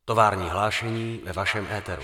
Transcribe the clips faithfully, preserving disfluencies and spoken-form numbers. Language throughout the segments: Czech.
Tovární hlášení ve vašem éteru.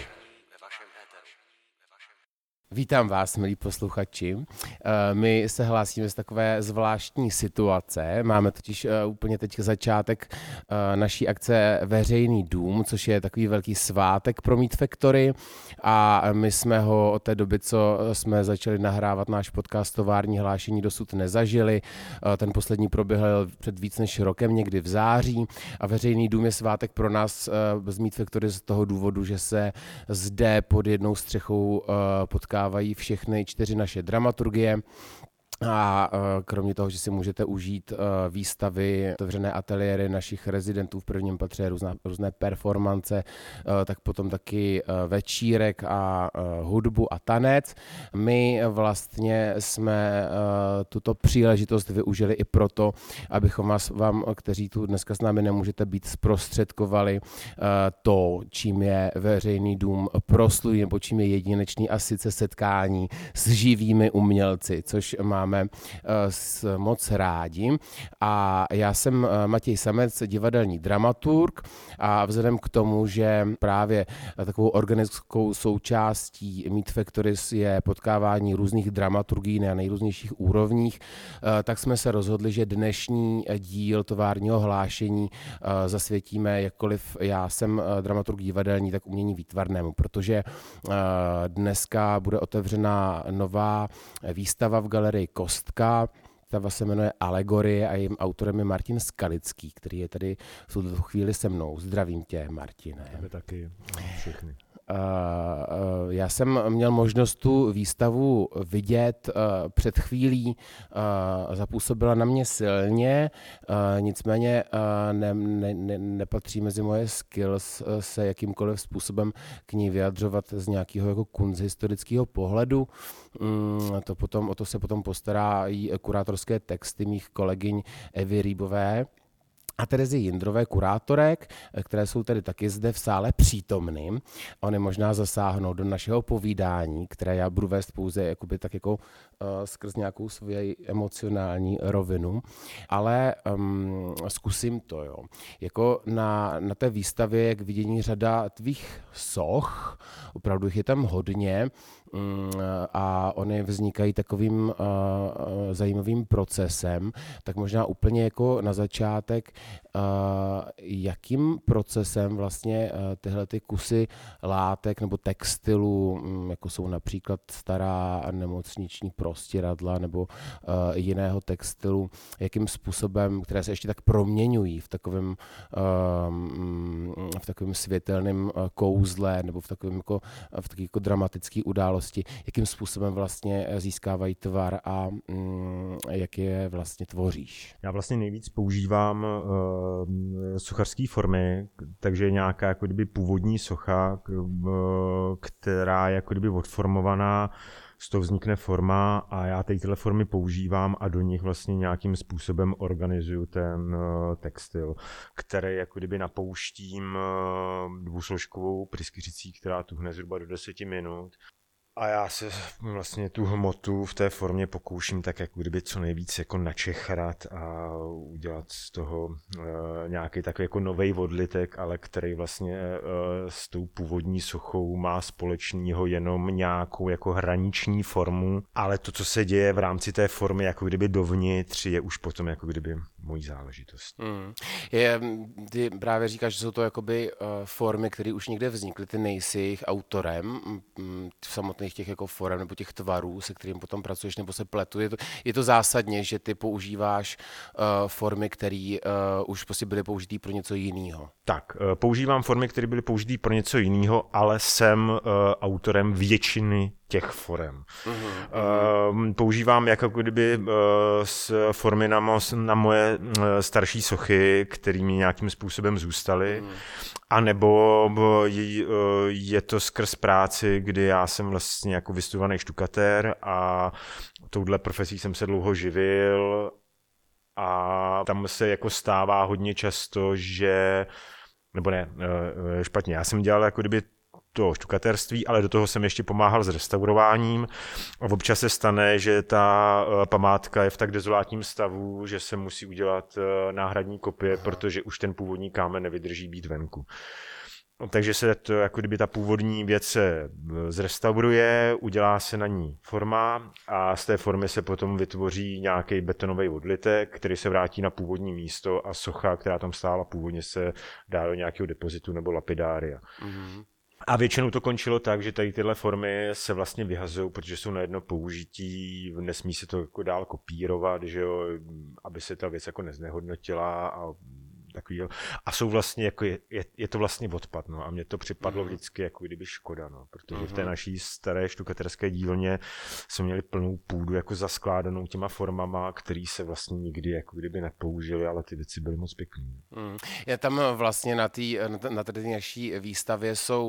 Vítám vás, milí posluchači. My se hlásíme z takové zvláštní situace. Máme totiž úplně teď začátek naší akce Veřejný dům, což je takový velký svátek pro Meat Factory a my jsme ho od té doby, co jsme začali nahrávat náš podcast Tovární hlášení, dosud nezažili. Ten poslední proběhl před víc než rokem, někdy v září, a Veřejný dům je svátek pro nás z Meat Factory z toho důvodu, že se zde pod jednou střechou potkávají všechny čtyři naše dramaturgie. A kromě toho, že si můžete užít výstavy, otevřené ateliéry našich rezidentů v prvním patře, různá, různé performance, tak potom taky večírek a hudbu a tanec. My vlastně jsme tuto příležitost využili i proto, abychom vás, vám, kteří tu dneska s námi nemůžete být, zprostředkovali to, čím je Veřejný dům proslulý, nebo čím je jedinečný, a sice setkání s živými umělci, což má máme moc rádi. A já jsem Matěj Samec, divadelní dramaturg, a vzhledem k tomu, že právě takovou organickou součástí Meat Factory je potkávání různých dramaturgií na nejrůznějších úrovních, tak jsme se rozhodli, že dnešní díl Továrního hlášení zasvětíme, jakkoliv já jsem dramaturg divadelní, tak umění výtvarnému, protože dneska bude otevřena nová výstava v galerii Kostka. Ta se jmenuje Alegorie a jejím autorem je Martin Skalický, který je tady v tuto chvíli se mnou. Zdravím tě, Martine. Tebe taky, všechny. Uh, já jsem měl možnost tu výstavu vidět uh, před chvílí, uh, zapůsobila na mě silně, uh, nicméně uh, ne, ne, ne, nepatří mezi moje skills uh, se jakýmkoliv způsobem k ní vyjadřovat z nějakého jako kunsthistorického pohledu. Um, to potom, o to se potom postarají kurátorské texty mých kolegyň Evy Rýbové a Terezy Jindrové, kurátorek, které jsou tedy taky zde v sále přítomny. Oni možná zasáhnou do našeho povídání, které já budu vést pouze jakoby tak jako uh, skrz nějakou svoji emocionální rovinu, ale um, zkusím to, jo. Jako na, na té výstavě je k vidění řada tvých soch, opravdu jich je tam hodně, um, a oni vznikají takovým uh, zajímavým procesem, tak možná úplně jako na začátek, Uh, jakým procesem vlastně uh, tyhle ty kusy látek nebo textilu, um, jako jsou například stará nemocniční prostěradla nebo uh, jiného textilu, jakým způsobem, které se ještě tak proměňují v takovém, um, v takovém světelném uh, kouzle nebo v takovém jako, v takové jako dramatické události, jakým způsobem vlastně získávají tvar a um, jak je vlastně tvoříš? Já vlastně nejvíc používám uh, sochařské formy, takže nějaká jako kdyby původní socha, která je jako kdyby odformovaná, z toho vznikne forma a já tady tyhle formy používám a do nich vlastně nějakým způsobem organizuju ten textil, který jako kdyby napouštím dvousložkovou pryskyřicí, která tuhne zhruba do deseti minut. A já se vlastně tu hmotu v té formě pokouším tak jako kdyby co nejvíc jako načechrat a udělat z toho e, nějaký takový jako novej odlitek, ale který vlastně e, s tou původní sochou má společného jenom nějakou jako hraniční formu, ale to, co se děje v rámci té formy jako kdyby dovnitř, je už potom jako kdyby mojí záležitost. Hmm. Je, ty právě říkáš, že jsou to jakoby uh, formy, které už někde vznikly, ty nejsi jejich autorem, m, samotných těch jako forem nebo těch tvarů, se kterým potom pracuješ nebo se pletu. Je to, je to zásadně, že ty používáš uh, formy, které uh, už prostě byly použitý pro něco jiného. Tak, uh, používám formy, které byly použitý pro něco jiného, ale jsem uh, autorem většiny těch forem. Uh-huh. Uh, používám jako kdyby uh, z formy na, mo- na moje uh, starší sochy, které mi nějakým způsobem zůstaly, uh-huh. a nebo je, uh, je to skrz práci, kdy já jsem vlastně jako vystudovaný štukatér a touhle profesí jsem se dlouho živil a tam se jako stává hodně často, že nebo ne, uh, špatně, já jsem dělal jako kdyby to štukatérství, ale do toho jsem ještě pomáhal s restaurováním. Občas se stane, že ta památka je v tak dezolátním stavu, že se musí udělat náhradní kopie, protože už ten původní kámen nevydrží být venku. Takže se to, jako kdyby ta původní věc se zrestauruje, udělá se na ní forma a z té formy se potom vytvoří nějaký betonový odlitek, který se vrátí na původní místo a socha, která tam stála původně, se dá do nějakého depozitu nebo lapidária. Mm-hmm. A většinou to končilo tak, že tady tyhle formy se vlastně vyhazují, protože jsou na jedno použití, nesmí se to jako dál kopírovat, že jo, aby se ta věc jako neznehodnotila a takový, a jsou vlastně jako je, je, je to vlastně odpad, no, a mně to připadlo mm. vždycky jako kdyby škoda, no, protože mm. v té naší staré štukaterské dílně jsme měli plnou půdu jako zaskládanou těma formama, který se vlastně nikdy jako kdyby nepoužili, ale ty věci byly moc pěkné. Mm. Je tam vlastně na té na té naší výstavě jsou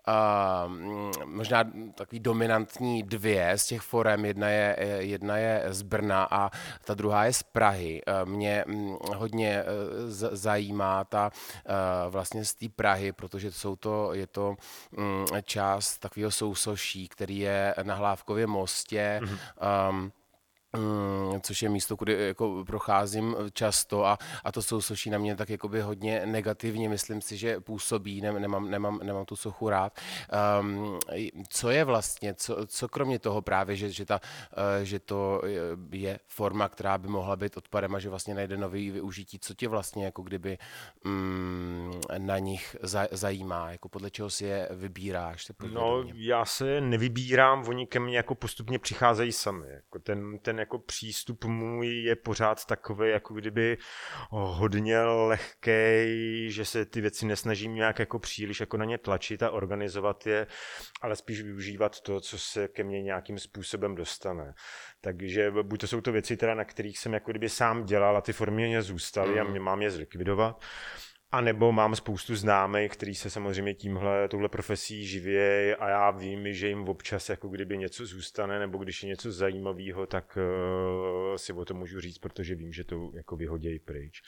uh, možná takový dominantní dvě z těch forem, jedna je, jedna je z Brna a ta druhá je z Prahy. Uh, mě um, hodně uh, z, zajímá ta uh, vlastně z té Prahy, protože jsou to, je to um, část takového sousoší, který je na Hlávkově mostě, mm-hmm. um, Mm, což je místo, kudy jako procházím často a, a to sousoší na mě tak jakoby hodně negativně, myslím si, že působí, ne, nemám, nemám, nemám tu sochu rád. Um, co je vlastně, co, co kromě toho právě, že, že, ta, uh, že to je forma, která by mohla být odpadem a že vlastně najde nový využití, co tě vlastně jako kdyby um, na nich za, zajímá, jako podle čeho si je vybíráš? No, já se nevybírám, oni ke mně jako postupně přicházejí sami, jako ten, ten jako přístup můj je pořád takový, jako kdyby hodně lehkej, že se ty věci nesnažím nějak jako příliš jako na ně tlačit a organizovat je, ale spíš využívat to, co se ke mně nějakým způsobem dostane. Takže buď to jsou to věci, teda, na kterých jsem jako kdyby sám dělal a ty formy mě zůstaly mm. a mě mám je zlikvidovat. A nebo mám spoustu známých, kteří se samozřejmě tímhle, touhle profesí živějí a já vím, že jim občas jako kdyby něco zůstane, nebo když je něco zajímavého, tak uh, si o tom můžu říct, protože vím, že to jako vyhodějí pryč.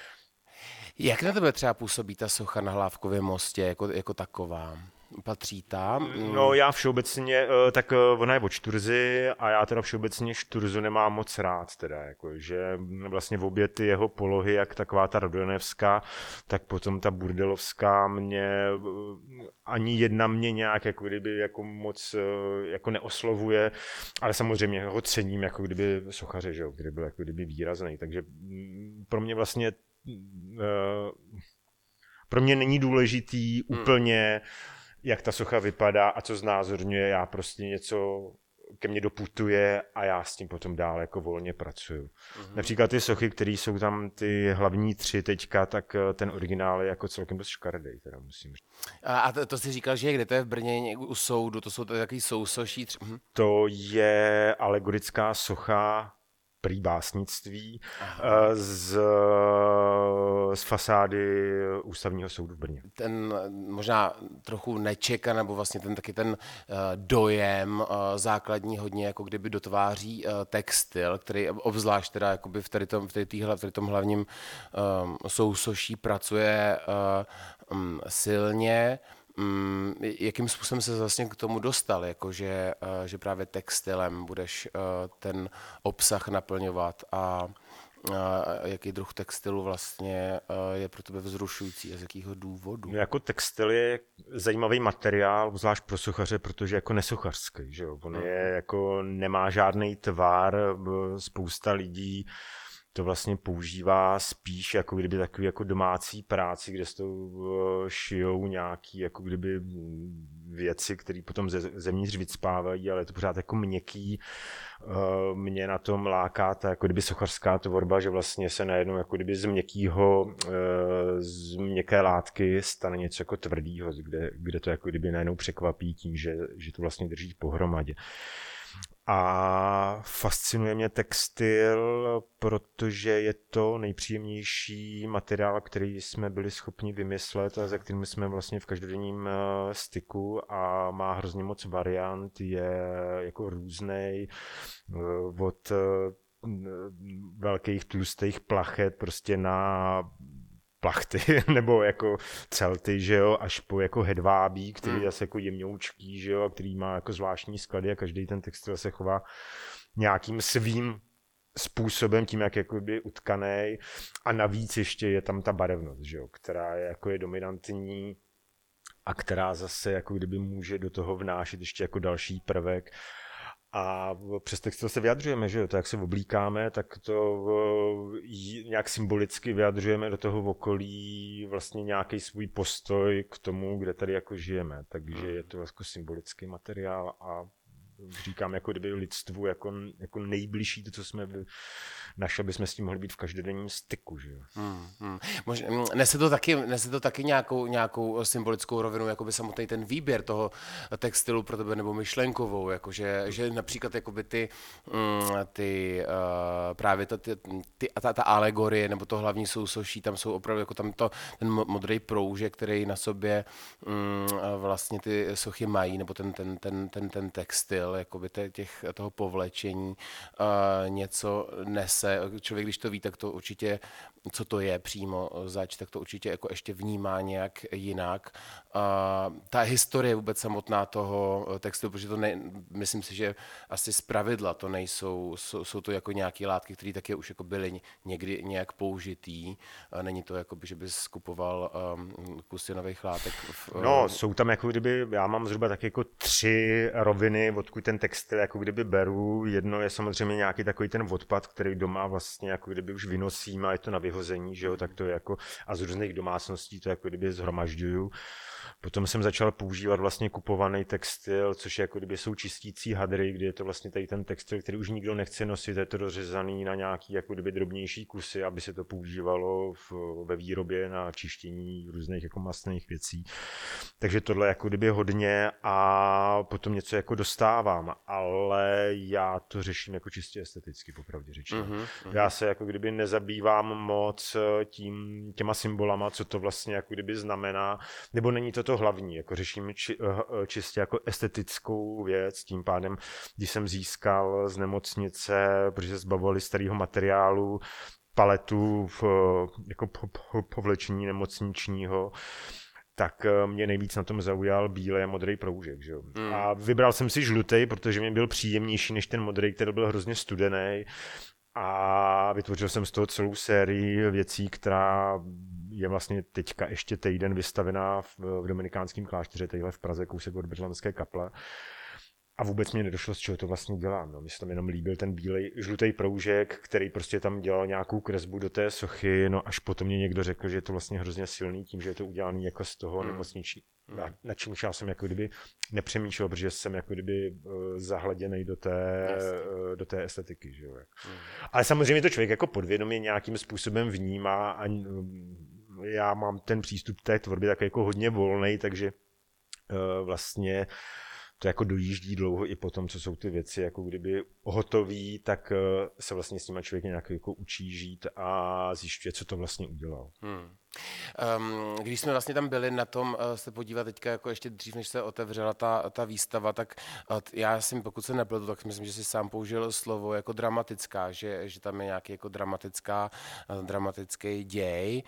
Jak na tebe třeba působí ta socha na Hlávkově mostě jako, jako taková? Patří tam? No já všeobecně, tak ona je od Šturzy a já teda všeobecně Šturzu nemám moc rád teda, jako, že vlastně v obě ty jeho polohy, jak taková ta rodonevská, tak potom ta burdelovská mě, ani jedna mě nějak jako kdyby jako moc jako neoslovuje, ale samozřejmě ho cením jako kdyby sochaře, že jo, kdyby byl jako kdyby výrazný, takže pro mě vlastně pro mě není důležitý úplně jak ta socha vypadá a co znázorňuje, já prostě něco ke mně doputuje a já s tím potom dál jako volně pracuju. Mm-hmm. Například ty sochy, které jsou tam ty hlavní tři teďka, tak ten originál je jako celkem dost škaredej, teda musím říct. A, a to, to jsi říkal, že je kde? To je v Brně u soudu, to jsou to takový sousoší tři... Mhm. To je alegorická socha prý básnictví z, z fasády Ústavního soudu v Brně. Ten možná trochu nečeka, nebo vlastně ten taky ten uh, dojem uh, základní hodně jako kdyby dotváří uh, textil, který obzvlášť teda jakoby v, tady tom, v, tady týhle, v tady tom hlavním um, sousoší pracuje uh, um, silně. Mm, jakým způsobem se vlastně k tomu dostal, jakože, uh, že právě textilem budeš uh, ten obsah naplňovat a uh, jaký druh textilu vlastně uh, je pro tebe vzrušující a z jakého důvodu? Jako textil je zajímavý materiál, zvlášť pro sochaře, protože jako nesochařský, že jo? On je jako nemá žádný tvar, spousta lidí to vlastně používá spíš jako kdyby takový jako domácí práci, kde se to šijou nějaký jako kdyby věci, které potom ze, zevnitř vycpávají, ale je to pořád jako měkký. Mě na tom láká ta jako kdyby sochařská tvorba, že vlastně se najednou jako kdyby z měkkýho, z měkké látky stane něco jako tvrdýho, kde, kde to jako kdyby najednou překvapí tím, že, že to vlastně drží pohromadě. A fascinuje mě textil, protože je to nejpříjemnější materiál, který jsme byli schopni vymyslet a za kterým jsme vlastně v každodenním styku a má hrozně moc variant, je jako různej od velkých tlustých plachet prostě na plachty, nebo jako celty, že jo, až po jako hedvábí, který je zase jako jemňoučký, že jo, a který má jako zvláštní sklady a každý ten textil se chová nějakým svým způsobem, tím, jak jako by utkanej a navíc ještě je tam ta barevnost, že jo, která je jako je dominantní a která zase jako kdyby může do toho vnášet ještě jako další prvek. A přes textil se vyjadřujeme, že jo, to jak se oblíkáme, tak to nějak symbolicky vyjadřujeme do toho okolí vlastně nějaký svůj postoj k tomu, kde tady jako žijeme, takže je to jako symbolický materiál a říkám jako kdyby lidstvu jako, jako nejbližší to, co jsme našli, aby jsme s tím mohli být v každodenním styku, že jo. Hmm, hmm. Možná, nese to taky, nese to taky nějakou, nějakou symbolickou rovinu, jakoby samotný ten výběr toho textilu pro tebe, nebo myšlenkovou, jakože, že například jakoby ty, ty uh, právě ta, ty, ty, ta, ta alegorie, nebo to hlavní sousoší, tam jsou opravdu jako tam to, ten modrý proužek, který na sobě um, vlastně ty sochy mají, nebo ten, ten, ten, ten, ten textil, jakoby těch, toho povlečení uh, něco nese. Člověk, když to ví, tak to určitě, co to je přímo zač, tak to určitě jako ještě vnímá nějak jinak. Uh, ta historie vůbec samotná toho textilu, protože to ne, myslím si, že asi zpravidla to nejsou, jsou, jsou to jako nějaké látky, které taky už jako byly někdy nějak použitý. Uh, není to jako by, že bys skupoval um, kusy nových látek. V, uh... No, jsou tam jako kdyby, já mám zhruba tak jako tři roviny, odkud ten textil jako kdyby beru. Jedno je samozřejmě nějaký takový ten odpad, který doma vlastně jako kdyby už vynosím a je to na vyhození, že jo, tak to je jako, a z různých domácností to jako kdyby zhromažďuju. Potom jsem začal používat vlastně kupovaný textil, což je jako kdyby jsou čistící hadry, kdy je to vlastně tady ten textil, který už nikdo nechce nosit, je to dořezaný na nějaký jako kdyby drobnější kusy, aby se to používalo v, ve výrobě na čištění různých jako mastných věcí. Takže tohle jako kdyby hodně a potom něco jako dostávám, ale já to řeším jako čistě esteticky, popravdě řečeno. Mm-hmm. Já se jako kdyby nezabývám moc tím, těma symbolama, co to vlastně jako kdyby znamená, nebo není to to hlavní, jako řeším či, čistě jako estetickou věc, tím pádem, když jsem získal z nemocnice, protože se zbavovali starého materiálu, paletu v, jako po, po, povlečení nemocničního, tak mě nejvíc na tom zaujal bílý a modrý proužek. Že? Mm. A vybral jsem si žlutý, protože mi byl příjemnější než ten modrý, který byl hrozně studený. A vytvořil jsem z toho celou sérii věcí, která je vlastně teďka ještě týden vystavená v, v dominikánském klášteře, tadyhle v Praze, kousek od Bedlamské kaple. A vůbec mě nedošlo, z čeho to vlastně dělám. No. Mně se tam jenom líbil ten bílej, žlutý proužek, který prostě tam dělal nějakou kresbu do té sochy, no až potom mě někdo řekl, že je to vlastně hrozně silný tím, že je to udělaný jako z toho mm. nemocniční. Mm. Na, na čemž já jsem jako kdyby nepřemýšlel, protože jsem jako kdyby uh, zahleděnej do té, uh, do té estetiky. Že jo. Mm. Ale samozřejmě to člověk jako podvědomě nějakým způsobem vnímá a uh, já mám ten přístup k té tvorbě tak jako hodně volnej, takže uh, vlastně to jako dojíždí dlouho i potom, co jsou ty věci jako kdyby hotový, tak se vlastně s nimi člověk nějak jako učí žít a zjišťuje, co to vlastně udělal. Hmm. Um, když jsme vlastně tam byli na tom uh, se podívat teďka jako ještě dřív, než se otevřela ta, ta výstava, tak uh, já si, pokud se nepletu, tak myslím, že jsi sám použil slovo jako dramatická, že, že tam je nějaký jako dramatická, uh, dramatický děj.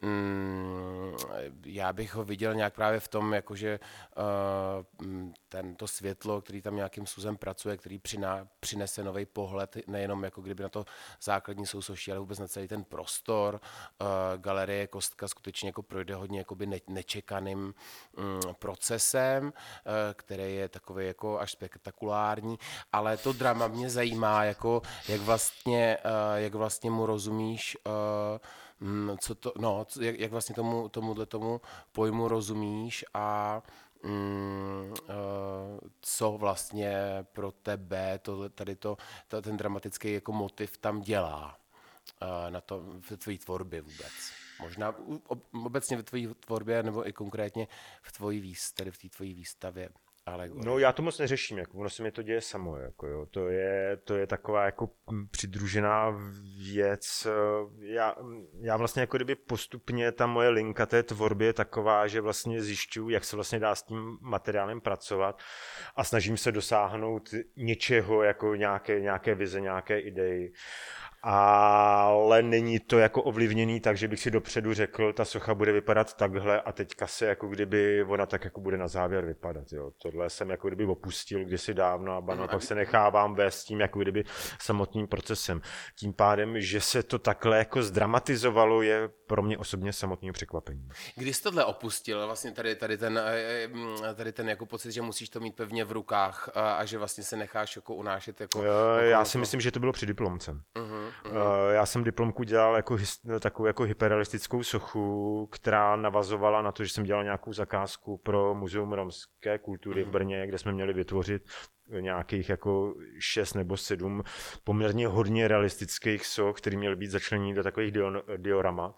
Mm, já bych ho viděl nějak právě v tom, jakože uh, tento světlo, který tam nějakým způsobem pracuje, který přiná, přinese nový pohled, nejenom jako kdyby na to základní sousoší, ale vůbec na celý ten prostor. Uh, galerie Kostka skutečně jako projde hodně jakoby ne, nečekaným um, procesem, uh, který je takový jako až spektakulární, ale to drama mě zajímá, jako jak vlastně, uh, jak vlastně mu rozumíš, uh, co to, no, jak, jak vlastně tomu, tomuhle tomu pojmu rozumíš a mm, uh, co vlastně pro tebe tohle, tady to, to, ten dramatický jako motiv tam dělá uh, na to, v tvojí tvorbě vůbec. Možná obecně v tvojí tvorbě, nebo i konkrétně v tvojí výstavě, tady v té tvojí výstavě. Ale... No já to moc neřeším, jako ono se mi to děje samo, jako jo. To je, to je taková jako přidružená věc. Já, já vlastně jako kdyby postupně ta moje linka té tvorby je taková, že vlastně zjišťuju, jak se vlastně dá s tím materiálem pracovat a snažím se dosáhnout něčeho, jako nějaké, nějaké vize, nějaké idei. ale není to jako ovlivněný tak, že bych si dopředu řekl, ta socha bude vypadat takhle a teďka se jako kdyby ona tak jako bude na závěr vypadat. Jo. Tohle jsem jako kdyby opustil kdysi dávno a bano, pak se nechávám vést tím jako kdyby samotným procesem. Tím pádem, že se to takhle jako zdramatizovalo, je pro mě osobně samotným překvapením. Kdy jsi tohle opustil, vlastně tady, tady, ten, tady ten jako pocit, že musíš to mít pevně v rukách a, a že vlastně se necháš jako unášet? Jako, já jako si myslím, že to bylo při diplomce. Uh-huh, uh-huh. Já jsem diplomku dělal jako his, takovou jako hyperrealistickou sochu, která navazovala na to, že jsem dělal nějakou zakázku pro Muzeum romské kultury uh-huh. v Brně, kde jsme měli vytvořit nějakých jako šest nebo sedm poměrně hodně realistických soch, které měly být začleněny do takových dioramat.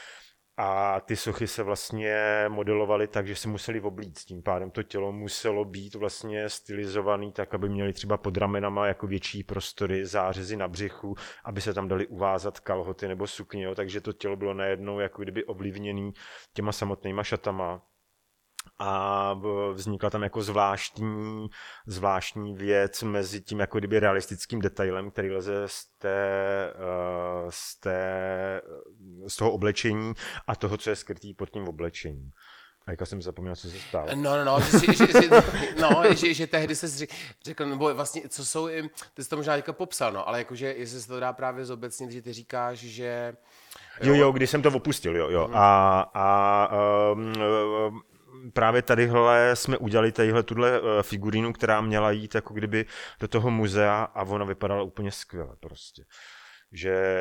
A ty sochy se vlastně modelovaly tak, že se museli oblíct. Tím pádem to tělo muselo být vlastně stylizované tak, aby měli třeba pod ramenama jako větší prostory, zářezy na břichu, aby se tam dali uvázat kalhoty nebo sukně. Jo. Takže to tělo bylo najednou jako kdyby ovlivněné těma samotnýma šatama. A vznikla tam jako zvláštní, zvláštní věc mezi tím jako kdyby realistickým detailem, který leze z, té, z, té, z toho oblečení a toho, co je skrytý pod tím oblečením. A jaká jsem zapomněl, co se stalo. No, no, no, že, že, že, no, že, že tehdy se řekl, nebo vlastně, co jsou, ty jsi to možná teďka popsal, no, ale jakože, jestli se to dá právě zobecnit, že ty říkáš, že... Jo, jo, když jsem to opustil, jo, jo. A, a um, um, právě tadyhle jsme udělali tadyhle tuhle figurínu, která měla jít jako kdyby do toho muzea a ona vypadala úplně skvěle prostě. Že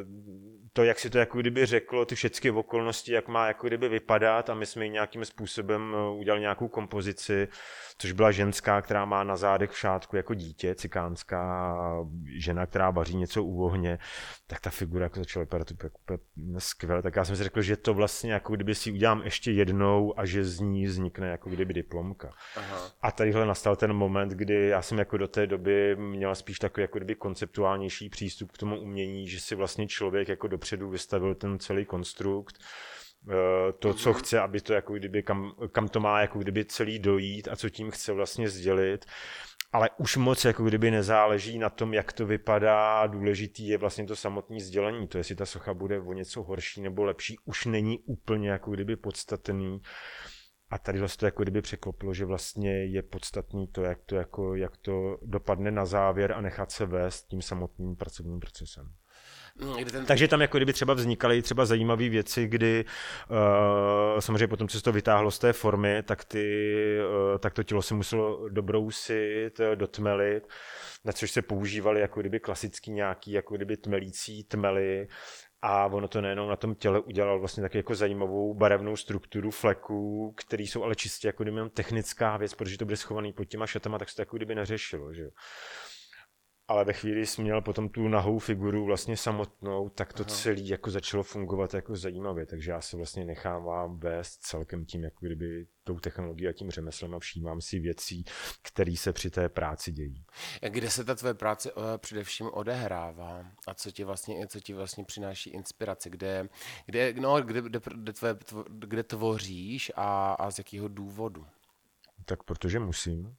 to, jak si to jako kdyby řeklo, ty všechny okolnosti, jak má jako kdyby vypadat a my jsme ji nějakým způsobem udělali nějakou kompozici, což byla ženská, která má na zádech v šátku jako dítě, cikánská žena, která vaří něco u ohně, tak ta figura jako začala vypadat úplně, úplně skvěle. Tak já jsem si řekl, že to vlastně jako kdyby si udělám ještě jednou a že z ní vznikne jako kdyby diplomka. Aha. A tadyhle nastal ten moment, kdy já jsem jako do té doby měla spíš takový jako kdyby konceptuálnější přístup k tomu umění, že si vlastně člověk jako dopředu vystavil ten celý konstrukt, to, co chce, aby to jako kdyby, kam, kam to má jako kdyby celý dojít a co tím chce vlastně sdělit. Ale už moc jako kdyby nezáleží na tom, jak to vypadá, důležitý je vlastně to samotné sdělení. To, jestli ta socha bude o něco horší nebo lepší, už není úplně jako kdyby podstatný. A tady to jako kdyby překlopilo, že vlastně je podstatný to, jak to, jako, jak to dopadne na závěr a nechat se vést tím samotným pracovním procesem. Ten... Takže tam jako kdyby třeba vznikaly třeba zajímavé věci, kdy uh, samozřejmě potom, co se to vytáhlo z té formy, tak, ty, uh, tak to tělo se muselo dobrousit, dotmelit, na což se používaly jako kdyby klasický nějaký jako kdyby tmelící tmely. A ono to nejenom na tom těle udělalo vlastně taky jako zajímavou barevnou strukturu fleků, které jsou ale čistě jako kdyby technická věc, protože to bude schovaný pod těma šatama, tak se to jako kdyby neřešilo, že jo. Ale ve chvíli jsi měl potom tu nahou figuru vlastně samotnou, tak to Aha. celý jako začalo fungovat jako zajímavě, takže já se vlastně nechávám vést celkem tím, jako kdyby tou technologií a tím řemeslem a všímám si věcí, které se při té práci dějí. Kde se ta tvoje práce uh, především odehrává a co ti vlastně, co ti vlastně přináší inspiraci, kde, kde, no, kde, kde, kde, tvoje, tvo, kde tvoříš a, a z jakého důvodu? Tak protože musím.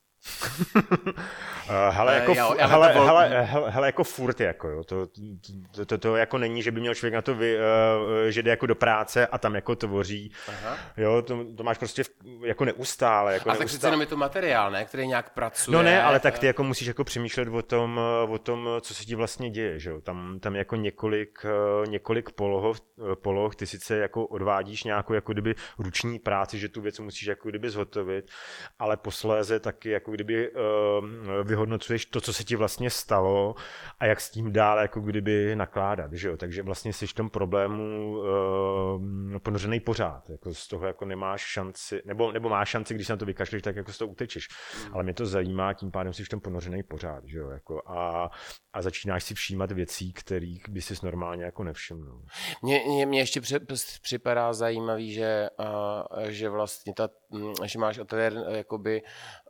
hele, jako, jo, hele, to hele, hele, hele, jako furt, jako, jo. To, to, to, to jako není, že by měl člověk na to, vy, uh, že jde jako do práce a tam jako tvoří. Aha. Jo, to, to máš prostě jako neustále. Jako a neustále. Tak přece jenom je to materiál, ne, který nějak pracuje. No ne, ale tak ty jako musíš jako přemýšlet o tom, o tom, co se ti vlastně děje, že jo. Tam, tam jako několik, několik poloh, poloh, ty sice jako odvádíš nějakou jako kdyby ruční práci, že tu věc musíš jako kdyby zhotovit, ale posléze taky jako kdyby uh, vyhodnocuješ to, co se ti vlastně stalo a jak s tím dál jako kdyby nakládat, že jo? Takže vlastně jsi v tom problému uh, ponořený pořád, jako z toho jako nemáš šanci, nebo, nebo máš šanci, když se na to vykašleš, tak jako z toho utečeš, mm. ale mě to zajímá, tím pádem jsi v tom ponořený pořád, že jo? Jako a, a začínáš si všímat věcí, kterých by sis normálně jako nevšimnul. Mně, mně, mně ještě při, připadá zajímavý, že, uh, že vlastně ta, že máš ateliér jakoby um,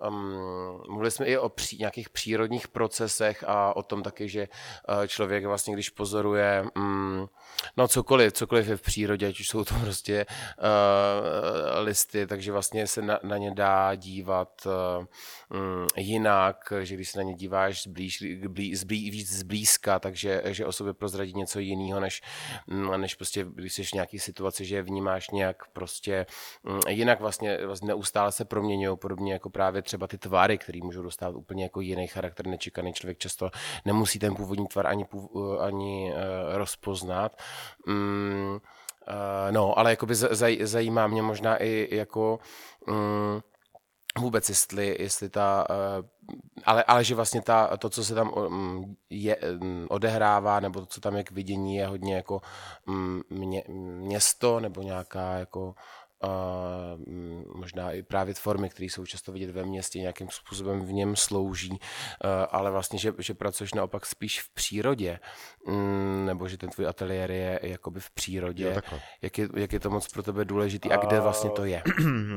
mluvili jsme i o pří, nějakých přírodních procesech a o tom taky, že člověk vlastně, když pozoruje mm, no cokoliv, cokoliv je v přírodě, ať už jsou to prostě uh, listy, takže vlastně se na, na ně dá dívat uh, um, jinak, že když se na ně díváš zblíž, blí, zblí, víc zblízka, takže že o sobě prozradí něco jiného, než, než prostě, když jsi v nějaké situaci, že je vnímáš nějak prostě um, jinak vlastně, vlastně neustále se proměňují, podobně jako právě třeba ty tvary, které můžou dostat úplně jako jiný charakter, nečekaný. Člověk často nemusí ten původní tvar ani, ani uh, rozpoznat. Um, uh, no, ale jakoby zaj, zajímá mě možná i jako um, vůbec, jestli, jestli ta, uh, ale, ale že vlastně ta, to, co se tam um, je, um, odehrává, nebo to, co tam je k vidění, je hodně jako um, mě, město, nebo nějaká jako Uh, možná i právě formy, které jsou často vidět ve městě, nějakým způsobem v něm slouží, uh, ale vlastně, že, že pracuješ naopak spíš v přírodě, um, nebo že ten tvůj ateliér je jakoby v přírodě. Jo, jak, je, jak je to moc pro tebe důležitý a kde vlastně to je?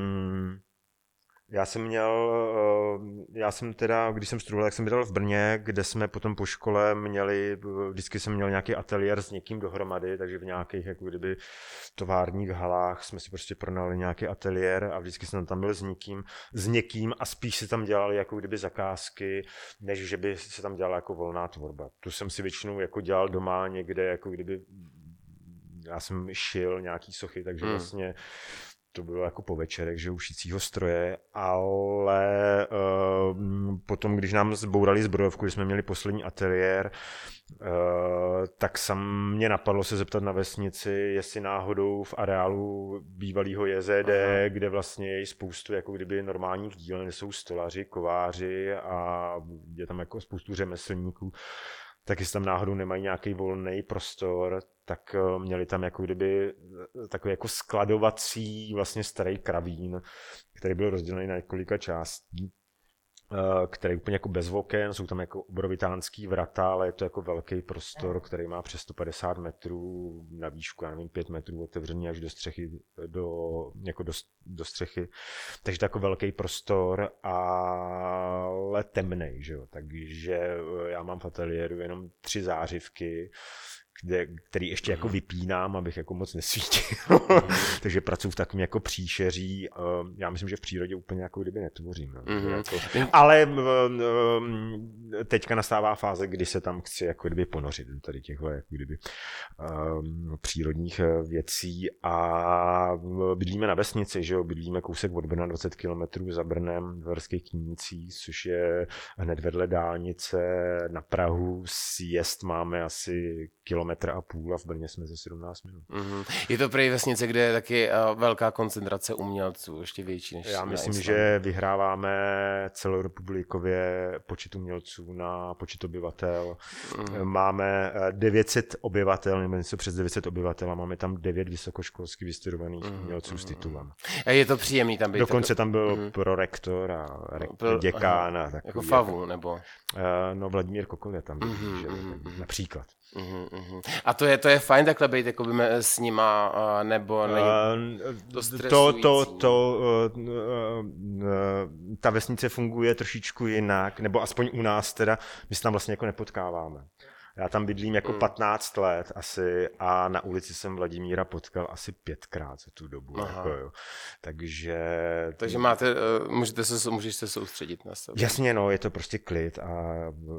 Já jsem měl, já jsem teda, když jsem studoval, tak jsem bydlel v Brně, kde jsme potom po škole měli, vždycky jsem měl nějaký ateliér s někým dohromady, takže v nějakých jako kdyby továrních halách jsme si prostě pronali nějaký ateliér a vždycky jsem tam byl s někým, s někým a spíš se tam dělali jako kdyby zakázky, než že by se tam dělala jako volná tvorba. Tu jsem si většinou jako dělal doma někde, jako kdyby já jsem šil nějaký sochy, takže hmm. vlastně to bylo jako po večerech, že u šicího stroje, ale uh, potom, když nám zbourali zbrojovku, když jsme měli poslední ateliér, uh, tak sam mě napadlo se zeptat na vesnici, jestli náhodou v areálu bývalého J Z D, aha, kde vlastně je spoustu jako kdyby normálních dílen, kde jsou stolaři, kováři a je tam jako spoustu řemeslníků, tak jestli tam náhodou nemají nějaký volný prostor, tak měli tam jako kdyby takový jako skladovací vlastně starý kravín, který byl rozdělený na několika částí, který je úplně jako bez oken, jsou tam jako obrovitánský vrata, ale je to jako velký prostor, který má přes sto padesát metrů na výšku, já nevím, pět metrů otevřený až do střechy, do, jako do, do střechy. Takže to je jako velký prostor, ale temnej, že jo. Takže já mám v ateliéru jenom tři zářivky, Kde, který ještě jako vypínám, abych jako moc nesvítil. Takže pracuji v takovém jako příšeří. Já myslím, že v přírodě úplně jako kdyby netvořím. Mm-hmm. Jako, ale teďka nastává fáze, kdy se tam chci jako kdyby ponořit do tady těchto jako kdyby um, přírodních věcí a bydlíme na vesnici, že jo, bydlíme kousek od Brna, dvacet kilometrů za Brnem v Horských Knících, což je hned vedle dálnice na Prahu. Sjezd máme asi kilometr a půl a v Brně jsme ze sedmnáct minut. Mm-hmm. Je to prý vesnice, kde je taky uh, velká koncentrace umělců, ještě větší než já myslím, Islandu. Že vyhráváme celorepublikově počet umělců na počet obyvatel. Mm. Máme devět set obyvatel, nebo něco přes devět set obyvatel a máme tam devět vysokoškolsky vystudovaných mm. umělců mm. s titulem. A je to příjemný tam být? Dokonce tam byl mm. prorektor a re- pro, děkán. A takový, jako favu, nebo? Uh, no Vladimír Kokol je tam byl, mm. že, mm. například. Uhum, uhum. A to je, to je fajn takhle být jako by s nima, nebo není to stresující? To, to, to, uh, uh, ta vesnice funguje trošičku jinak, nebo aspoň u nás teda, my se tam vlastně jako nepotkáváme. Já tam bydlím jako hmm. patnáct let asi a na ulici jsem Vladimíra potkal asi pětkrát za tu dobu. Jako, jo. Takže... Takže máte, můžete se, můžeš se soustředit na sebe. Jasně, no, je to prostě klid a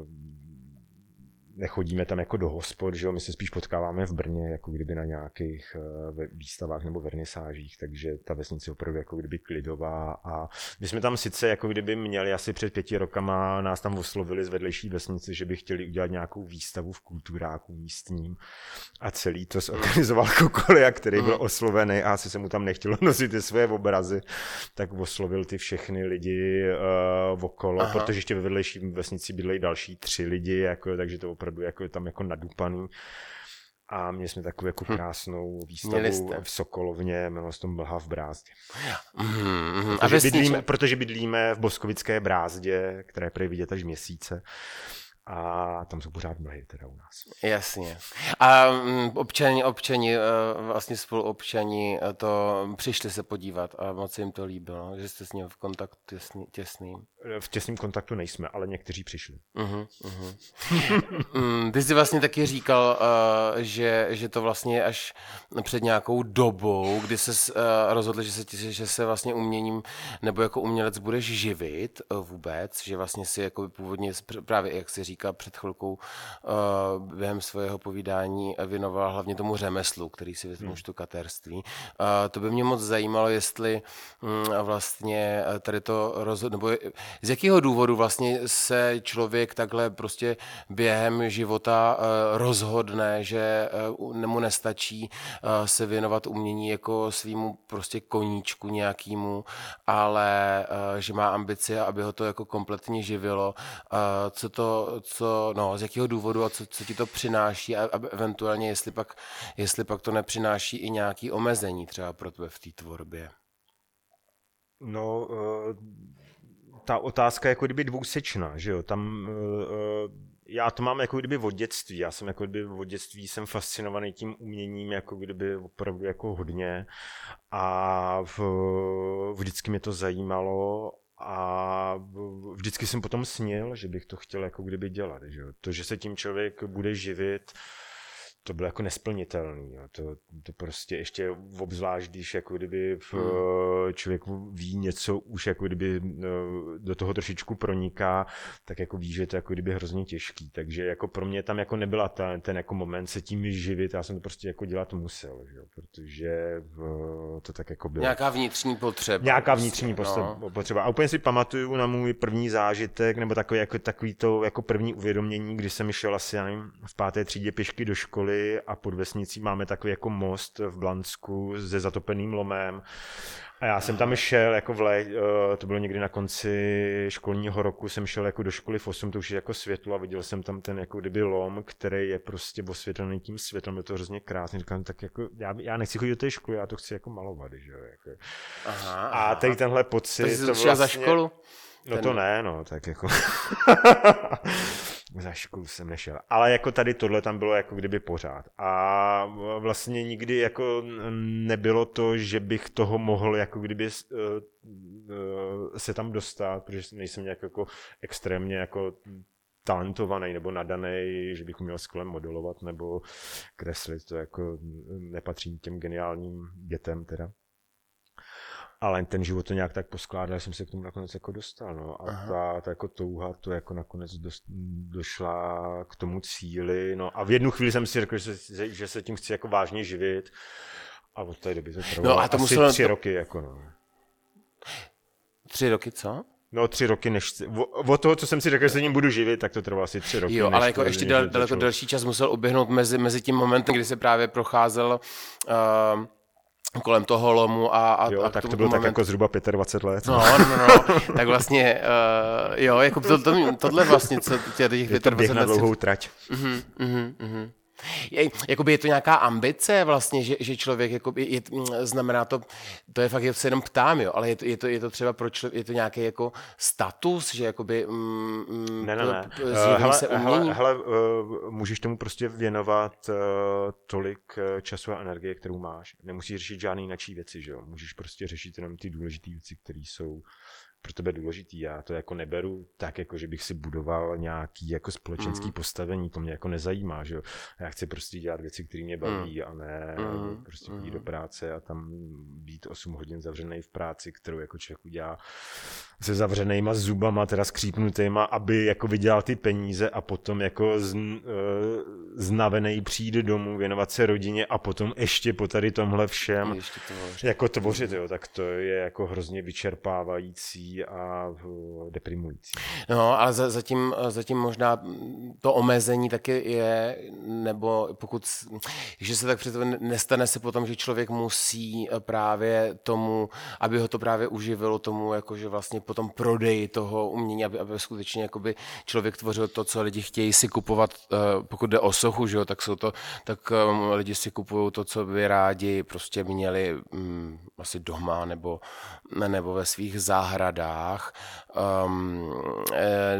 nechodíme tam jako do hospod, že jo, my se spíš potkáváme v Brně, jako kdyby na nějakých uh, výstavách nebo vernisážích, takže ta vesnice je opravdu jako kdyby klidová a my jsme tam sice jako kdyby měli asi před pěti rokama, nás tam oslovili z vedlejší vesnice, že by chtěli udělat nějakou výstavu v kulturáku místním a celý to zorganizoval Kokolia, který byl oslovený a asi se mu tam nechtělo nosit ty své obrazy, tak oslovil ty všechny lidi uh, okolo, aha, protože ještě ve vedlejší vesnici bydlejí další tři lidi, jako, takže to opravdu jako je tam jako nadupaný. A měli jsme takovou jako krásnou výstavu v Sokolovně, jmenovalo se to Mlha v brázdě. Mm-hmm. Protože, bydlíme, protože bydlíme v Boskovické brázdě, která je prý vidět až měsíce. A tam jsou pořád mlhy teda u nás. Jasně. A občani, občani, vlastně spoluobčani to přišli se podívat a moc jim to líbilo, že jste s ním v kontaktu těsný, těsným. V těsným kontaktu nejsme, ale někteří přišli. Uh-huh, uh-huh. Ty jsi vlastně taky říkal, uh, že, že to vlastně až před nějakou dobou, kdy jsi uh, rozhodl, že se, že se vlastně uměním nebo jako umělec budeš živit uh, vůbec, že vlastně si jako původně právě, jak jsi říkal před chvilkou uh, během svého povídání věnoval hlavně tomu řemeslu, který si vezmu štukatérství. Uh, to by mě moc zajímalo, jestli um, vlastně tady to rozhodl, nebo z jakého důvodu vlastně se člověk takhle prostě během života uh, rozhodne, že uh, mu nestačí uh, se věnovat umění jako svýmu prostě koníčku nějakému, ale uh, že má ambice, aby ho to jako kompletně živilo. Uh, co to, co, no, z jakého důvodu a co, co ti to přináší a, a eventuálně, jestli pak, jestli pak to nepřináší i nějaké omezení třeba pro tebe v té tvorbě. No, uh... ta otázka je jako kdyby dvousečná, že jo, tam uh, já to mám jako kdyby od dětství, já jsem jako kdyby od dětství jsem fascinovaný tím uměním jako kdyby opravdu jako hodně a v, vždycky mě to zajímalo a vždycky jsem potom snil, že bych to chtěl jako kdyby dělat, že jo, to, že se tím člověk bude živit, to bylo jako nesplnitelný. Jo. To, to prostě ještě obzvlášť, když jako kdyby v, hmm. člověk ví něco, už jako kdyby do toho trošičku proniká, tak jako ví, že to je jako kdyby hrozně těžký. Takže jako pro mě tam jako nebyla ta, ten jako moment se tím živit, já jsem to prostě jako dělat musel, že jo, protože to tak jako bylo. Nějaká vnitřní potřeba. Nějaká vnitřní potřeba. No. potřeba. A úplně si pamatuju na můj první zážitek, nebo takový, jako, takový to jako první uvědomění, kdy jsem šel asi, já nevím, v páté třídě pěšky do školy a pod vesnicí máme takový jako most v Blansku se zatopeným lomem. A já jsem tam šel jako v lé, to bylo někdy na konci školního roku, jsem šel jako do školy v osm, to už je jako světlo a viděl jsem tam ten jako kdyby lom, který je prostě osvětlený tím světlem, je to hrozně krásný. Říkám, tak jako já, já nechci chodit do té školy, já to chci jako malovat, že jo. Jako. Aha, a tady tenhle pocit. Takže jsi to šel vlastně, za školu? No ten... to ne, no, tak jako. Za školu jsem nešel. Ale jako tady tohle tam bylo jako kdyby pořád. A vlastně nikdy jako nebylo to, že bych toho mohl jako kdyby se tam dostat, protože nejsem nějak jako extrémně jako talentovaný nebo nadaný, že bych uměl skvěle modelovat nebo kreslit. To jako nepatří těm geniálním dětem teda. Ale ten život to nějak tak poskládal, že jsem se k tomu nakonec jako dostal. No. A ta, ta jako touha to jako nakonec dost, došla k tomu cíli. No. A v jednu chvíli jsem si řekl, že se, že se tím chci jako vážně živit. A od té doby to trvalo no a to asi muselo... tři roky. Jako, no. Tři roky co? No tři roky, než... Od toho, co jsem si řekl, že se tím budu živit, tak to trvalo asi tři roky. Jo, ale jako ještě dal, daleko delší čas musel uběhnout mezi, mezi tím momentem, kdy se právě procházel... Uh... kolem toho lomu a... a jo, a tak to bylo moment... tak jako zhruba dvacet pět let. No, no, no, tak vlastně, uh, jo, jako to, to, tohle vlastně, co tě těch je to běh na dlouhou trať. Uh-huh, uh-huh, uh-huh. Je, jakoby je to nějaká ambice vlastně, že, že člověk, jakoby, je, znamená to, to je fakt, že se jenom ptám, jo, ale je to, je to, je to třeba pro člověk, je to nějaký jako status, že jakoby mm, ne, ne, ne. Hele, se umění? Hele, hele, uh, můžeš tomu prostě věnovat uh, tolik času a energie, kterou máš. Nemusíš řešit žádný jináčí věci, že jo. Můžeš prostě řešit jenom ty důležité věci, které jsou pro tebe důležitý. Já to jako neberu tak, jako že bych si budoval nějaký jako společenský mm. postavení, to mě jako nezajímá, že jo. Já chci prostě dělat věci, které mě baví mm. a ne mm. prostě jít do práce a tam být osm hodin zavřený v práci, kterou jako člověk udělá se zavřenýma zubama, teda skřípnutýma, aby jako vydělal ty peníze a potom jako z, uh, znavenej přijde domů, věnovat se rodině a potom ještě po tady tomhle všem tvořit. jako tvořit, jo, tak to je jako hrozně vyčerpávající a deprimující. No, ale za, zatím, zatím možná to omezení taky je, nebo pokud, že se tak přece nestane se potom, že člověk musí právě tomu, aby ho to právě uživilo tomu, jakože vlastně potom prodeji toho umění, aby, aby skutečně jakoby člověk tvořil to, co lidi chtějí si kupovat, pokud jde o sochu, že jo, tak jsou to, tak um, lidi si kupují to, co by rádi prostě měli um, asi doma nebo, nebo ve svých zahradách. strach, um, e,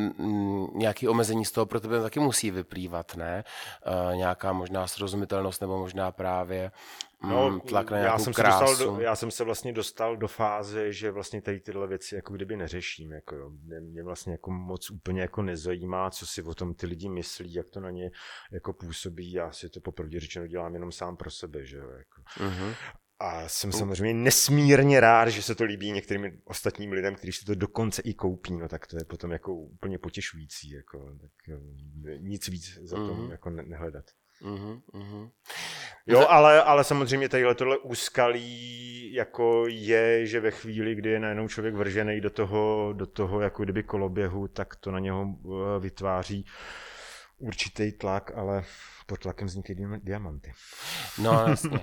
nějaké omezení z toho pro tebe taky musí vyplývat, ne? E, nějaká možná srozumitelnost nebo možná právě No, tlak na já nějakou jsem, se krásu. dostal do, já jsem se vlastně dostal do fáze, že vlastně tady tyhle věci jako kdyby neřeším. Jako jo. Mě, mě vlastně jako moc úplně jako nezajímá, co si o tom ty lidi myslí, jak to na ně jako působí. Já si to popravdě řečeno dělám jenom sám pro sebe. Že jo, jako. Uh-huh. A jsem samozřejmě nesmírně rád, že se to líbí některým ostatním lidem, kteří si to dokonce i koupí, no tak to je potom jako úplně potěšující. Jako, tak nic víc za to uh-huh. jako ne- nehledat. Uhum, uhum. Jo, ale, ale samozřejmě tadyhle tohle úskalí jako je, že ve chvíli, kdy je najednou člověk vržený do toho, do toho jako kdyby koloběhu, tak to na něho vytváří určitý tlak, ale pod tlakem vznikají diamanty. No, jasně.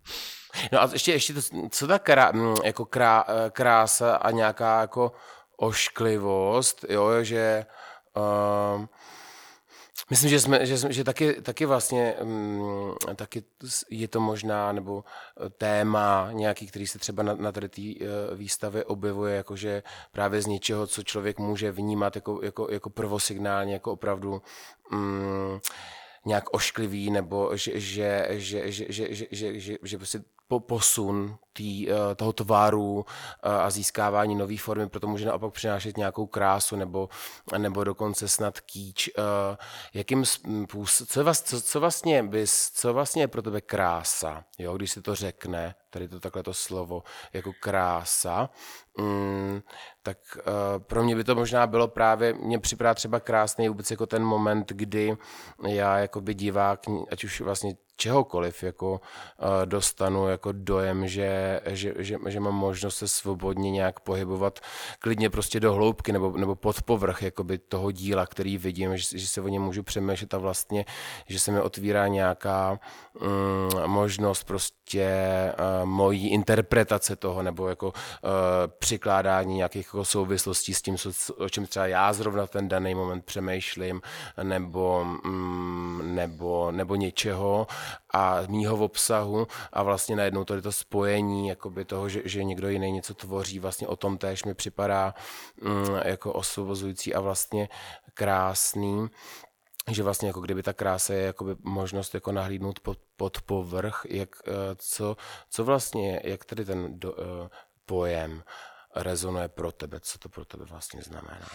No a ještě, ještě to, co ta krá, jako krá, krása a nějaká jako ošklivost, jo, že um, myslím, že, jsme, že, že taky, taky vlastně um, taky je to možná, nebo téma nějaký, který se třeba na, na tady té uh, výstavě objevuje, jakože právě z něčeho, co člověk může vnímat jako, jako, jako prvosignálně, jako opravdu um, nějak ošklivý, nebo že, že, že, že, že, že, že, že, že prostě po posun tý, toho tvaru a získávání nové formy, proto může naopak přinášet nějakou krásu nebo, nebo dokonce snad kýč. Jakým co, co, co, vlastně bys, co vlastně je pro tebe krása, jo, když se to řekne, tady to takhle to slovo, jako krása, mm, tak uh, pro mě by to možná bylo právě, mně připadá třeba krásný vůbec jako ten moment, kdy já jakoby divák, ať už vlastně čehokoliv, jako uh, dostanu jako dojem, že, že, že, že mám možnost se svobodně nějak pohybovat klidně prostě do hloubky nebo, nebo pod povrch jakoby toho díla, který vidím, že, že se o něm můžu přemýšlet a vlastně, že se mi otvírá nějaká um, možnost prostě uh, mojí interpretace toho nebo jako uh, přikládání nějakých jako souvislostí s tím, co, o čem třeba já zrovna ten daný moment přemýšlím nebo, um, nebo, nebo něčeho a mýho obsahu a vlastně najednou tady to spojení jakoby toho, že, že někdo jiný něco tvoří, vlastně o tom též mi připadá um, jako osvobozující a vlastně krásný, že vlastně jako kdyby ta krása je jakoby možnost jako nahlídnout pod, pod povrch, jak, co, co vlastně, jak tady ten do, uh, pojem rezonuje pro tebe, co to pro tebe vlastně znamená.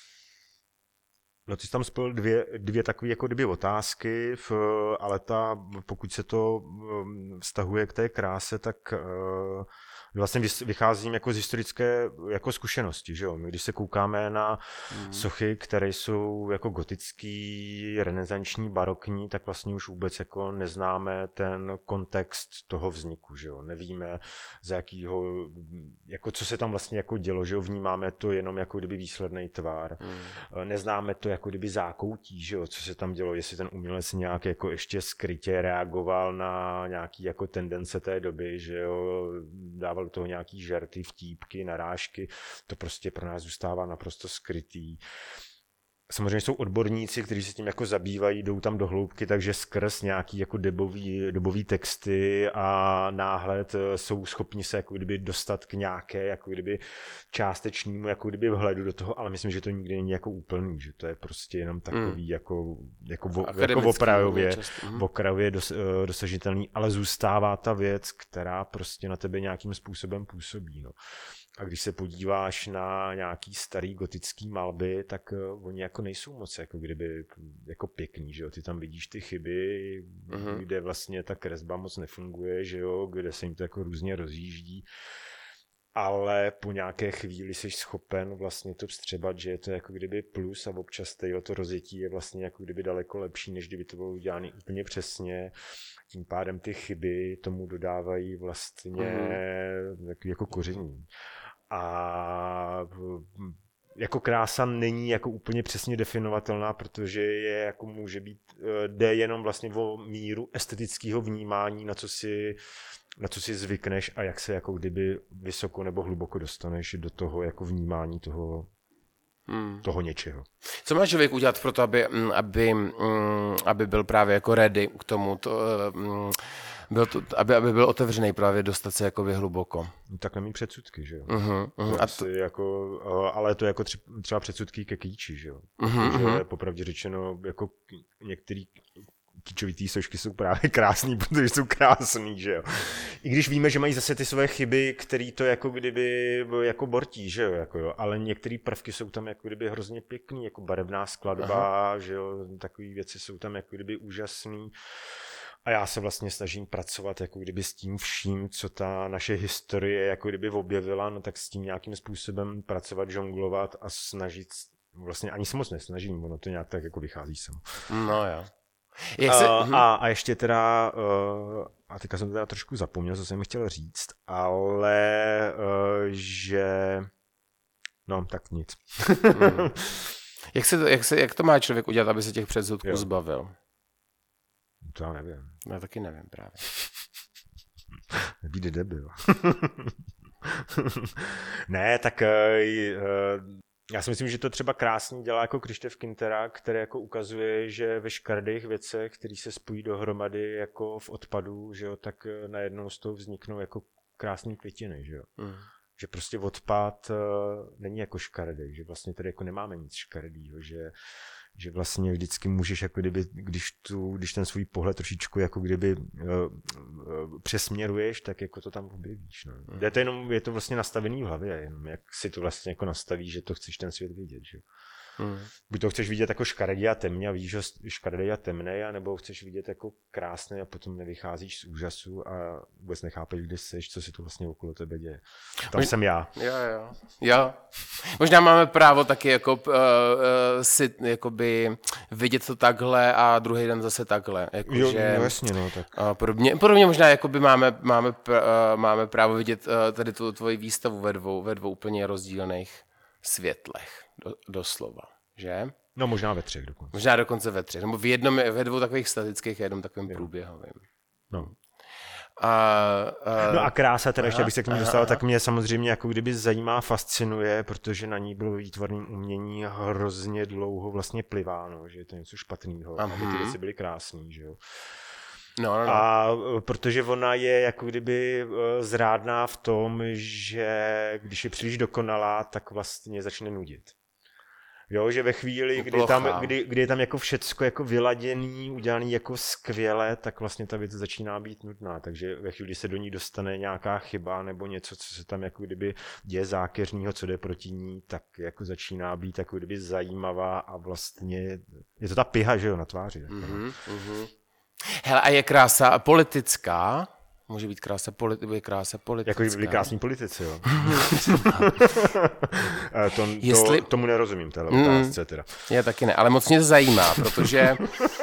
No ty jsi tam spojil dvě, dvě takové jako dvě otázky, v, ale ta, pokud se to vztahuje k té kráse, tak uh, vlastně vycházím jako z historické jako zkušenosti, že jo? My, když se koukáme na mm. sochy, které jsou jako gotický, renesanční, barokní, tak vlastně už vůbec jako neznáme ten kontext toho vzniku, že jo? Nevíme, za jakýho, jako co se tam vlastně jako dělo, že jo? Vnímáme to jenom jako kdyby výsledný tvar. Mm. Neznáme to jako kdyby zákoutí, že jo? Co se tam dělo, jestli ten umělec nějak jako ještě skrytě reagoval na nějaký jako tendence té doby, že jo? Dával do toho nějaký žerty, vtípky, narážky, to prostě pro nás zůstává naprosto skrytý. Samozřejmě jsou odborníci, kteří se tím jako zabývají, jdou tam do hloubky, takže skrz nějaký jako dobový, dobový texty a náhled jsou schopni se jako kdyby dostat k nějaké jako kdyby částečnímu jako kdyby vhledu do toho, ale myslím, že to nikdy není jako úplný, že to je prostě jenom takový mm. jako, jako, vo, jako okrajově, okrajově dos, dosažitelný, ale zůstává ta věc, která prostě na tebe nějakým způsobem působí. No. A když se podíváš na nějaký starý gotický malby, tak uh, oni jako nejsou moc jako kdyby jako pěkný, že jo? Ty tam vidíš ty chyby, uh-huh. kde vlastně ta kresba moc nefunguje, že jo? Kde se jim to jako různě rozjíždí. Ale po nějaké chvíli jsi schopen vlastně to vstřebat, že je to jako kdyby plus a občas to rozjetí je vlastně jako kdyby daleko lepší, než kdyby to bylo udělané úplně přesně. Tím pádem ty chyby tomu dodávají vlastně uh-huh. jako koření. A jako krása není jako úplně přesně definovatelná, protože je jako může být, jde jenom vlastně o míru estetického vnímání, na co si, na co si zvykneš a jak se jako kdyby vysoko nebo hluboko dostaneš do toho jako vnímání toho, hmm. toho něčeho. Co má člověk udělat pro to, aby, aby, aby byl právě jako ready k tomu to, Byl to, aby, aby byl otevřený právě, dostat se jakoby hluboko. Tak nemí předsudky, že jo. Uh-huh, uh-huh. A to... jako, ale to jako třeba předsudky ke kýči, že jo. Uh-huh, Protože uh-huh. popravdě řečeno, jako některý kýčovitý sošky jsou právě krásný, protože jsou krásný, že jo. I když víme, že mají zase ty své chyby, které to jako kdyby jako bortí, že jo, jako jo. Ale některé prvky jsou tam jako kdyby hrozně pěkný, jako barevná skladba, aha, že jo, takové věci jsou tam jako kdyby úžasný. A já se vlastně snažím pracovat jako kdyby s tím vším, co ta naše historie jako kdyby objevila, no tak s tím nějakým způsobem pracovat, žonglovat a snažit, vlastně ani se moc nesnažím, ono to nějak tak jako vychází samo. No jo. Jak se... uh, a, a ještě teda, uh, a teďka jsem teda trošku zapomněl, co jsem chtěl říct, ale uh, že, no tak nic. hmm. jak, se to, jak, se, jak to má člověk udělat, aby se těch předsudků jo. zbavil? To já nevím. Já taky nevím právě. Být debil. Ne, tak uh, já si myslím, že to třeba krásně dělá jako Kryštof Kintera, který jako ukazuje, že ve škaredých věcech, které se spojí dohromady jako v odpadu, že jo, tak najednou z toho vzniknou jako krásný květiny, že jo. Mm. Že prostě odpad uh, není jako škaredý, že vlastně tady jako nemáme nic škaredýho, že že vlastně vždycky můžeš, jako kdyby, když, tu, když ten svůj pohled trošičku jako kdyby uh, uh, přesměruješ, tak jako to tam objevíš. No. Mm. Je, to jenom, je to vlastně nastavený v hlavě, jenom jak si to vlastně jako nastavíš, že to chceš ten svět vidět. Že? Mm. Buď to chceš vidět jako škaredý a temný a víš, že škaredý a temnej, nebo chceš vidět jako krásný a potom nevycházíš z úžasu a vůbec nechápeš, kde seš, co si to vlastně okolo tebe děje. Tam Mož... jsem já. Jo, jo. jo. Možná máme právo taky jako, uh, uh, si jakoby vidět to takhle a druhý den zase takhle. Jako, jo, že, no jasně, no tak. Uh, podobně, podobně možná jakoby máme, máme, uh, máme právo vidět uh, tady tu tvoji výstavu ve dvou, ve dvou úplně rozdílných světlech, do, doslova, že? No možná ve třech dokonce. Možná dokonce ve třech, nebo v jednom, ve dvou takových statických a jednom takovým jo. průběhovým. No. A, a... No a krása, teda aha, ještě abych se k ní dostal, tak mě samozřejmě jako kdyby zajímá, fascinuje, protože na ní bylo výtvarným umění hrozně dlouho vlastně pliváno, že je to něco špatného, aby ty věci byly krásný, že jo. No, no, no. A protože ona je jako kdyby zrádná v tom, že když je příliš dokonalá, tak vlastně začne nudit. Jo, že ve chvíli, kdy tam, kdy, kdy je tam jako všecko jako vyladěný, udělaný jako skvěle, tak vlastně ta věc začíná být nudná. Takže ve chvíli, kdy se do ní dostane nějaká chyba nebo něco, co se tam jako kdyby děje zákeřného, co jde proti ní, tak jako začíná být jako kdyby zajímavá a vlastně je to ta piha, že jo, na tváři. Mm-hmm, mm-hmm. Hele, a je krása politická? Může být krása, politi- krása politická. Jako by byli krásní politici, jo. to, Jestli... to, tomu nerozumím, téhle otázce teda. Já taky ne, ale moc mě to zajímá, protože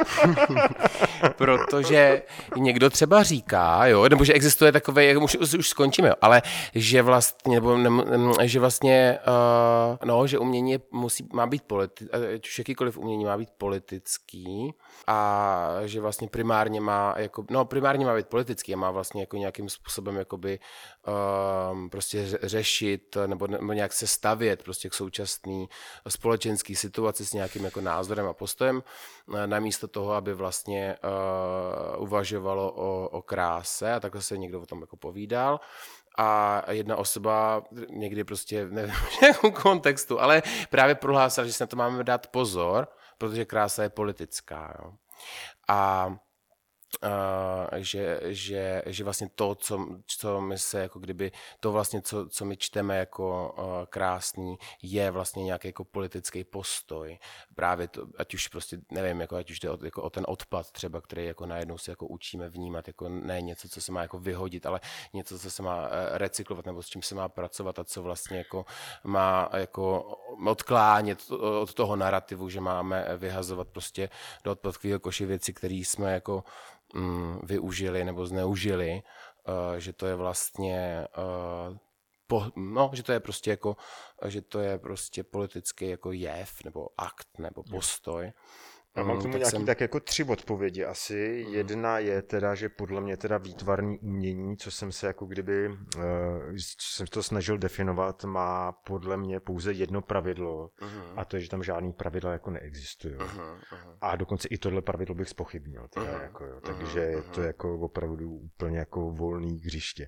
protože někdo třeba říká, jo, nebo že existuje takové, jak už, už skončíme, jo, ale že vlastně, nebo ne, že vlastně, uh, no, že umění je, musí, má být politický, ať už jakýkoliv umění má být politický a že vlastně primárně má, jako, no, primárně má být politický a má vlastně jako nějakým způsobem jakoby um, prostě řešit nebo, nebo nějak se stavět prostě k současné společenské situaci s nějakým jako názorem a postojem, namísto toho, aby vlastně uh, uvažovalo o, o kráse a takhle se někdo o tom jako povídal. A jedna osoba někdy prostě, nevím, v jakom kontextu, ale právě prohlásila, že si na to máme dát pozor, protože krása je politická. Jo. A Uh, že, že, že vlastně to, co, co my se jako kdyby, to vlastně, co, co my čteme jako uh, krásný, je vlastně nějaký jako politický postoj. Právě to, ať už prostě, nevím, jako, ať už jde o, jako o ten odpad třeba, který jako najednou si jako učíme vnímat, jako ne něco, co se má jako vyhodit, ale něco, co se má uh, recyklovat, nebo s čím se má pracovat a co vlastně jako má jako odklánět od toho narrativu, že máme vyhazovat prostě do odpadkového koše věci, které jsme jako Mm, využili nebo zneužili, uh, že to je vlastně uh, po, no, že to je prostě jako, že to je prostě politický jako jev nebo akt nebo postoj Já mám k tomu nějaký jsem... tak jako tři odpovědi asi. Mm. Jedna je teda, že podle mě teda výtvarný umění, co jsem se jako kdyby, uh, co jsem to snažil definovat, má podle mě pouze jedno pravidlo mm. a to je, že tam žádný pravidla jako neexistují. Mm. A dokonce i tohle pravidlo bych zpochybnil. Teda, mm. jako, jo. Takže mm. je to jako opravdu úplně jako volný hřiště.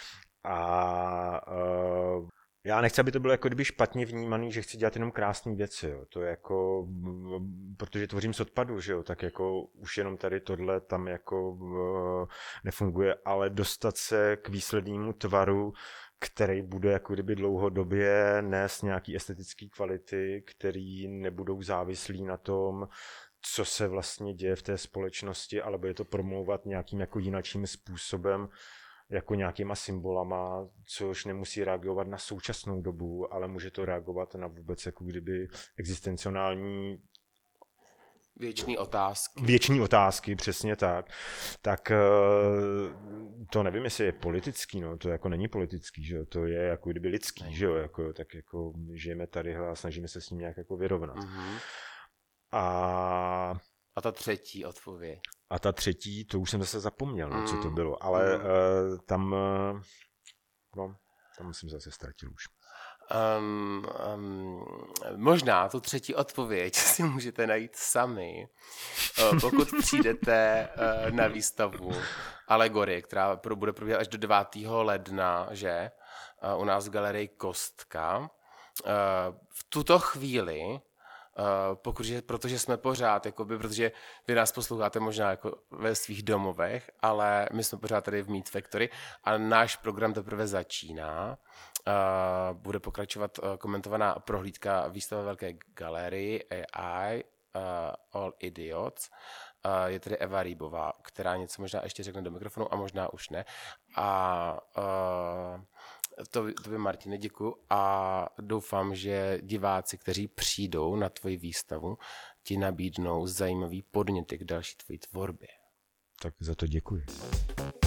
A uh, já nechci, aby to bylo jako kdyby špatně vnímaný, že chci dělat jenom krásné věci, jo. To je jako, protože tvořím z odpadu, že jo, tak jako už jenom tady tohle tam jako uh, nefunguje, ale dostat se k výslednému tvaru, který bude jako kdyby dlouhodobě nést nějaký estetický kvality, který nebudou závislí na tom, co se vlastně děje v té společnosti, ale bude to promlouvat nějakým jako jinačím způsobem, jako nějakýma symbolama, což nemusí reagovat na současnou dobu, ale může to reagovat na vůbec jako kdyby existencionální věčný otázky. Věční otázky, přesně tak. Tak to nevím, jestli je politický, no, to jako není politický, že jo, to je jako kdyby lidský, že jo, jako, tak jako žijeme tady a snažíme se s ním nějak jako vyrovnat. Mm-hmm. A... A ta třetí odpověď. A ta třetí, to už jsem zase zapomněl, no, co to bylo, ale mm. uh, tam, uh, no, tam jsem zase ztratil už. Um, um, možná tu třetí odpověď si můžete najít sami, uh, pokud přijdete uh, na výstavu Alegorie, která pro, bude probíhat až do devátého ledna, že? Uh, u nás v galerii Kostka. Uh, v tuto chvíli Uh, pokud, protože jsme pořád, jakoby, protože vy nás posloucháte možná jako ve svých domovech, ale my jsme pořád tady v Meet Factory a náš program teprve začíná. Uh, bude pokračovat uh, komentovaná prohlídka výstavy Velké galerii A I, uh, All Idiots. Uh, je tady Eva Rýbová, která něco možná ještě řekne do mikrofonu a možná už ne. A uh, To, to by, Martine, děkuju a doufám, že diváci, kteří přijdou na tvoji výstavu, ti nabídnou zajímavý podněty k další tvojí tvorbě. Tak za to děkuji.